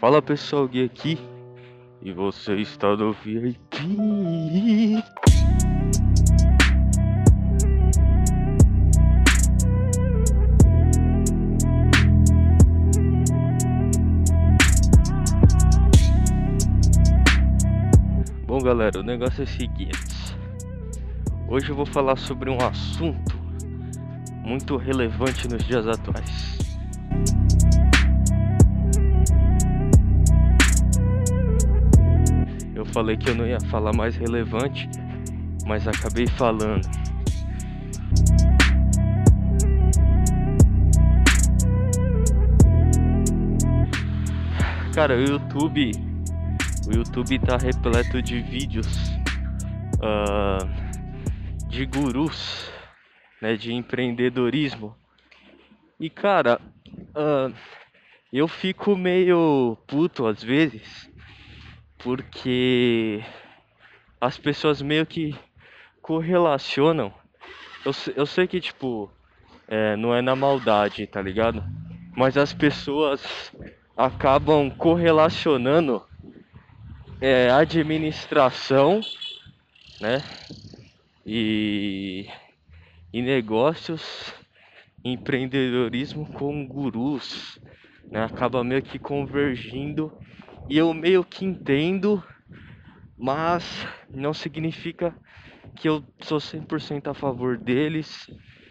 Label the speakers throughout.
Speaker 1: Fala pessoal, Gui aqui e você está no VIP. Bom galera, o negócio é o seguinte. Hoje eu vou falar sobre um assunto muito relevante nos dias atuais. Eu falei que eu não ia falar mais relevante, mas acabei falando. Cara, o YouTube tá repleto de vídeos de gurus, né, de empreendedorismo. E cara, eu fico meio puto às vezes, porque as pessoas meio que correlacionam. Eu sei que, tipo, não é na maldade, tá ligado? Mas as pessoas acabam correlacionando administração, né? E, e negócios, empreendedorismo com gurus, né? Acaba meio que convergindo. E eu meio que entendo, mas não significa que eu sou 100% a favor deles,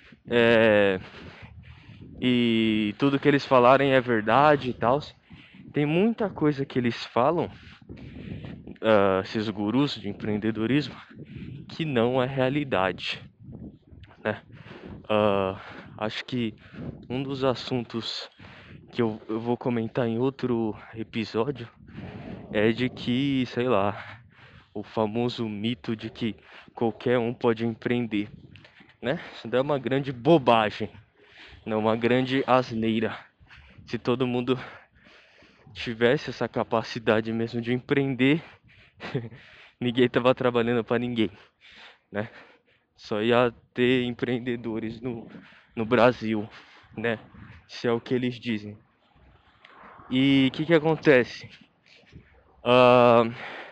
Speaker 1: e tudo que eles falarem é verdade e tal. Tem muita coisa que eles falam, esses gurus de empreendedorismo, que não é realidade, né? Acho que um dos assuntos que eu vou comentar em outro episódio é de que, sei lá, o famoso mito de que qualquer um pode empreender, né? Isso daí é uma grande bobagem, não, uma grande asneira. Se todo mundo tivesse essa capacidade mesmo de empreender, ninguém tava trabalhando para ninguém, né? Só ia ter empreendedores no Brasil, né? Se é o que eles dizem. E o que acontece? Ah,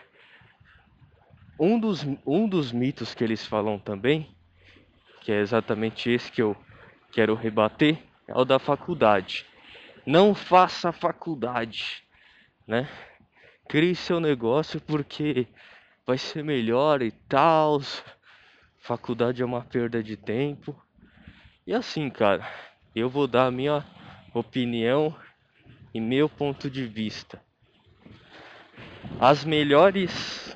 Speaker 1: um dos mitos que eles falam também, que é exatamente esse que eu quero rebater, é o da faculdade. Não faça faculdade, né? Crie seu negócio porque vai ser melhor e tal. Faculdade é uma perda de tempo. E assim, cara, eu vou dar a minha opinião e meu ponto de vista. As melhores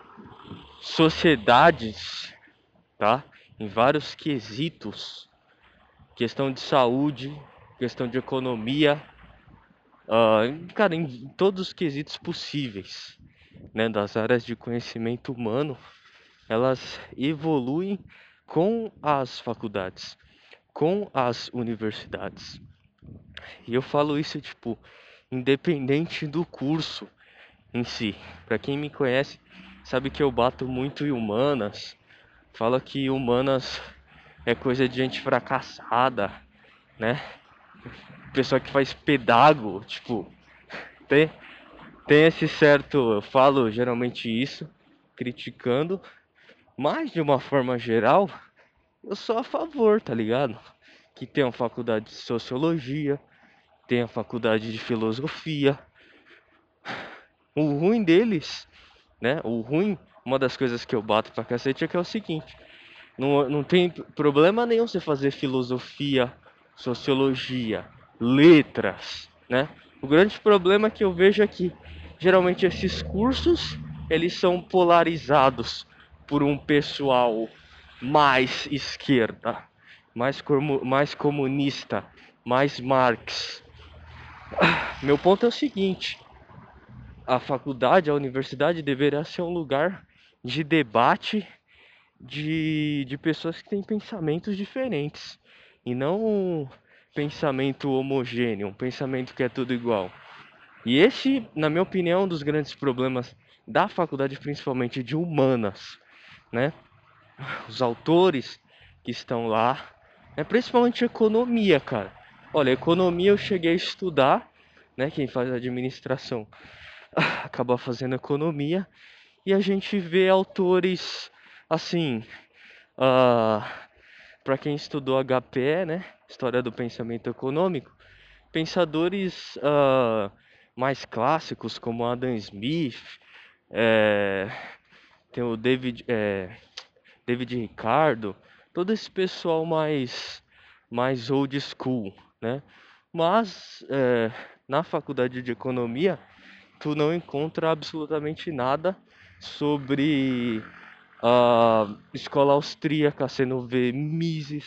Speaker 1: sociedades, tá? Em vários quesitos, questão de saúde, questão de economia, cara, em todos os quesitos possíveis, né, das áreas de conhecimento humano, elas evoluem com as faculdades, com as universidades. E eu falo isso, tipo, independente do curso em si. Pra quem me conhece, sabe que eu bato muito em humanas. Fala que humanas é coisa de gente fracassada, né? Pessoa que faz pedago, tipo, tem, tem esse certo. Eu falo geralmente isso, criticando, mas de uma forma geral, eu sou a favor, tá ligado? Que tem a faculdade de sociologia, tem a faculdade de filosofia. O ruim deles, né? O ruim, uma das coisas que eu bato pra cacete é que é o seguinte: não tem problema nenhum você fazer filosofia, sociologia, letras, né? O grande problema que eu vejo é que geralmente esses cursos eles são polarizados por um pessoal mais esquerda, mais comunista, mais Marx. Meu ponto é o seguinte: a faculdade, a universidade deveria ser um lugar de debate de pessoas que têm pensamentos diferentes e não um pensamento homogêneo, um pensamento que é tudo igual. E esse, na minha opinião, é um dos grandes problemas da faculdade, principalmente de humanas, né? Os autores que estão lá, principalmente economia, cara. Olha, economia eu cheguei a estudar, né? Quem faz administração acaba fazendo economia. E a gente vê autores assim, para quem estudou HPE, né? História do pensamento econômico, pensadores mais clássicos como Adam Smith, é, tem o David Ricardo, todo esse pessoal mais old school, né? Mas na faculdade de economia tu não encontra absolutamente nada sobre a escola austríaca. Você não vê Mises,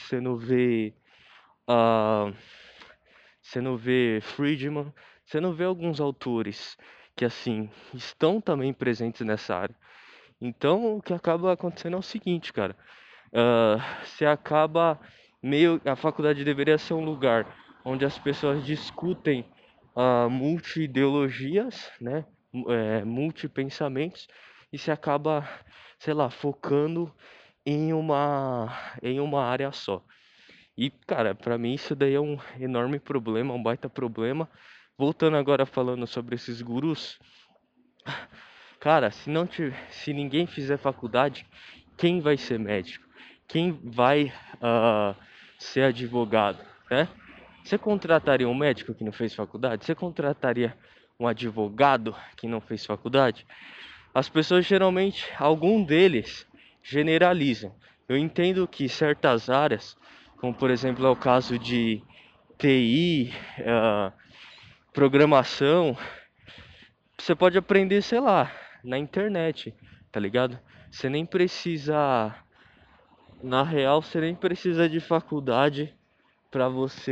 Speaker 1: ah, você não vê Friedman, você não vê alguns autores que assim estão também presentes nessa área. Então o que acaba acontecendo é o seguinte, cara. Você acaba meio. A faculdade deveria ser um lugar onde as pessoas discutem multi-ideologias, né? Multi-pensamentos, e se acaba, sei lá, focando em uma área só. E, cara, pra mim isso daí é um enorme problema, um baita problema. Voltando agora falando sobre esses gurus, cara, se ninguém fizer faculdade, quem vai ser médico? Quem vai ah, ser advogado, né? Você contrataria um médico que não fez faculdade? Você contrataria um advogado que não fez faculdade? As pessoas geralmente, algum deles, generalizam. Eu entendo que certas áreas, como por exemplo é o caso de TI, programação, você pode aprender, sei lá, na internet, tá ligado? Você nem precisa, na real, você nem precisa de faculdade para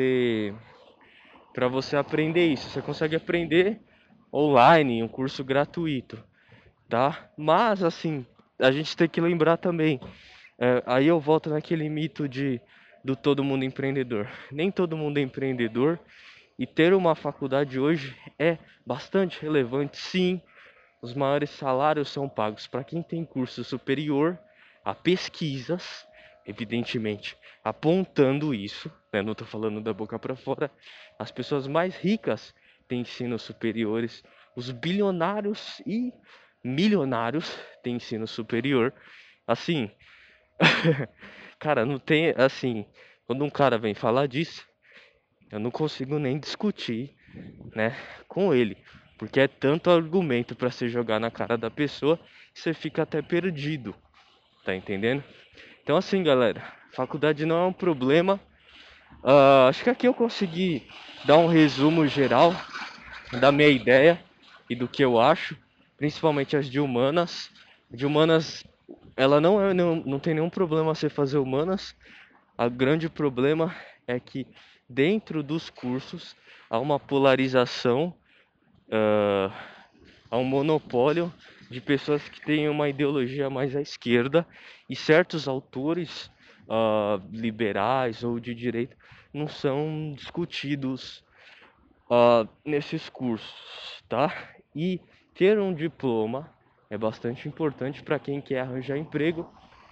Speaker 1: você aprender isso. Você consegue aprender online, em um curso gratuito, tá? Mas assim, a gente tem que lembrar também. Aí eu volto naquele mito do todo mundo empreendedor. Nem todo mundo é empreendedor. E ter uma faculdade hoje é bastante relevante, sim. Os maiores salários são pagos para quem tem curso superior. Há pesquisas, evidentemente, apontando isso, né? Não estou falando da boca para fora. As pessoas mais ricas têm ensinos superiores, os bilionários e milionários têm ensino superior. Assim, cara, não tem assim, quando um cara vem falar disso, eu não consigo nem discutir, né, com ele, porque é tanto argumento para se jogar na cara da pessoa que você fica até perdido, tá entendendo? Então assim, galera, faculdade não é um problema. Acho que aqui eu consegui dar um resumo geral da minha ideia e do que eu acho, principalmente as de humanas. De humanas, ela não tem nenhum problema você fazer humanas. O grande problema é que dentro dos cursos há uma polarização, ah, há um monopólio de pessoas que têm uma ideologia mais à esquerda, e certos autores liberais ou de direita não são discutidos nesses cursos, tá? E ter um diploma é bastante importante para quem quer arranjar emprego,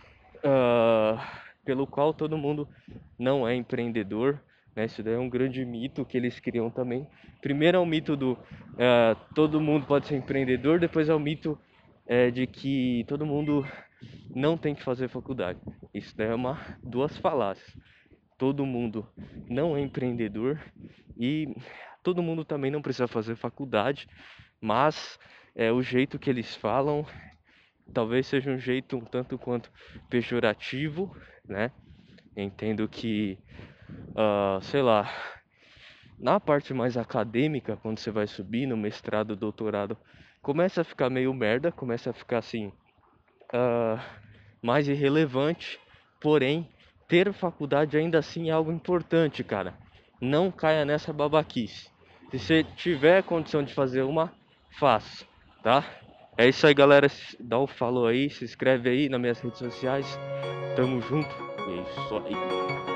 Speaker 1: pelo qual todo mundo não é empreendedor, né? Isso daí é um grande mito que eles criam também. Primeiro é o mito do todo mundo pode ser empreendedor, depois é o mito de que todo mundo não tem que fazer faculdade. Isso daí é duas falácias. Todo mundo não é empreendedor e todo mundo também não precisa fazer faculdade, mas o jeito que eles falam talvez seja um jeito um tanto quanto pejorativo, né? Entendo que, sei lá, na parte mais acadêmica, quando você vai subir no mestrado, doutorado, começa a ficar meio merda, começa a ficar assim, ah, mais irrelevante. Porém, ter faculdade ainda assim é algo importante, cara. Não caia nessa babaquice. Se você tiver condição de fazer uma, faça, tá? É isso aí, galera. Dá um follow aí, se inscreve aí nas minhas redes sociais. Tamo junto. E é isso aí.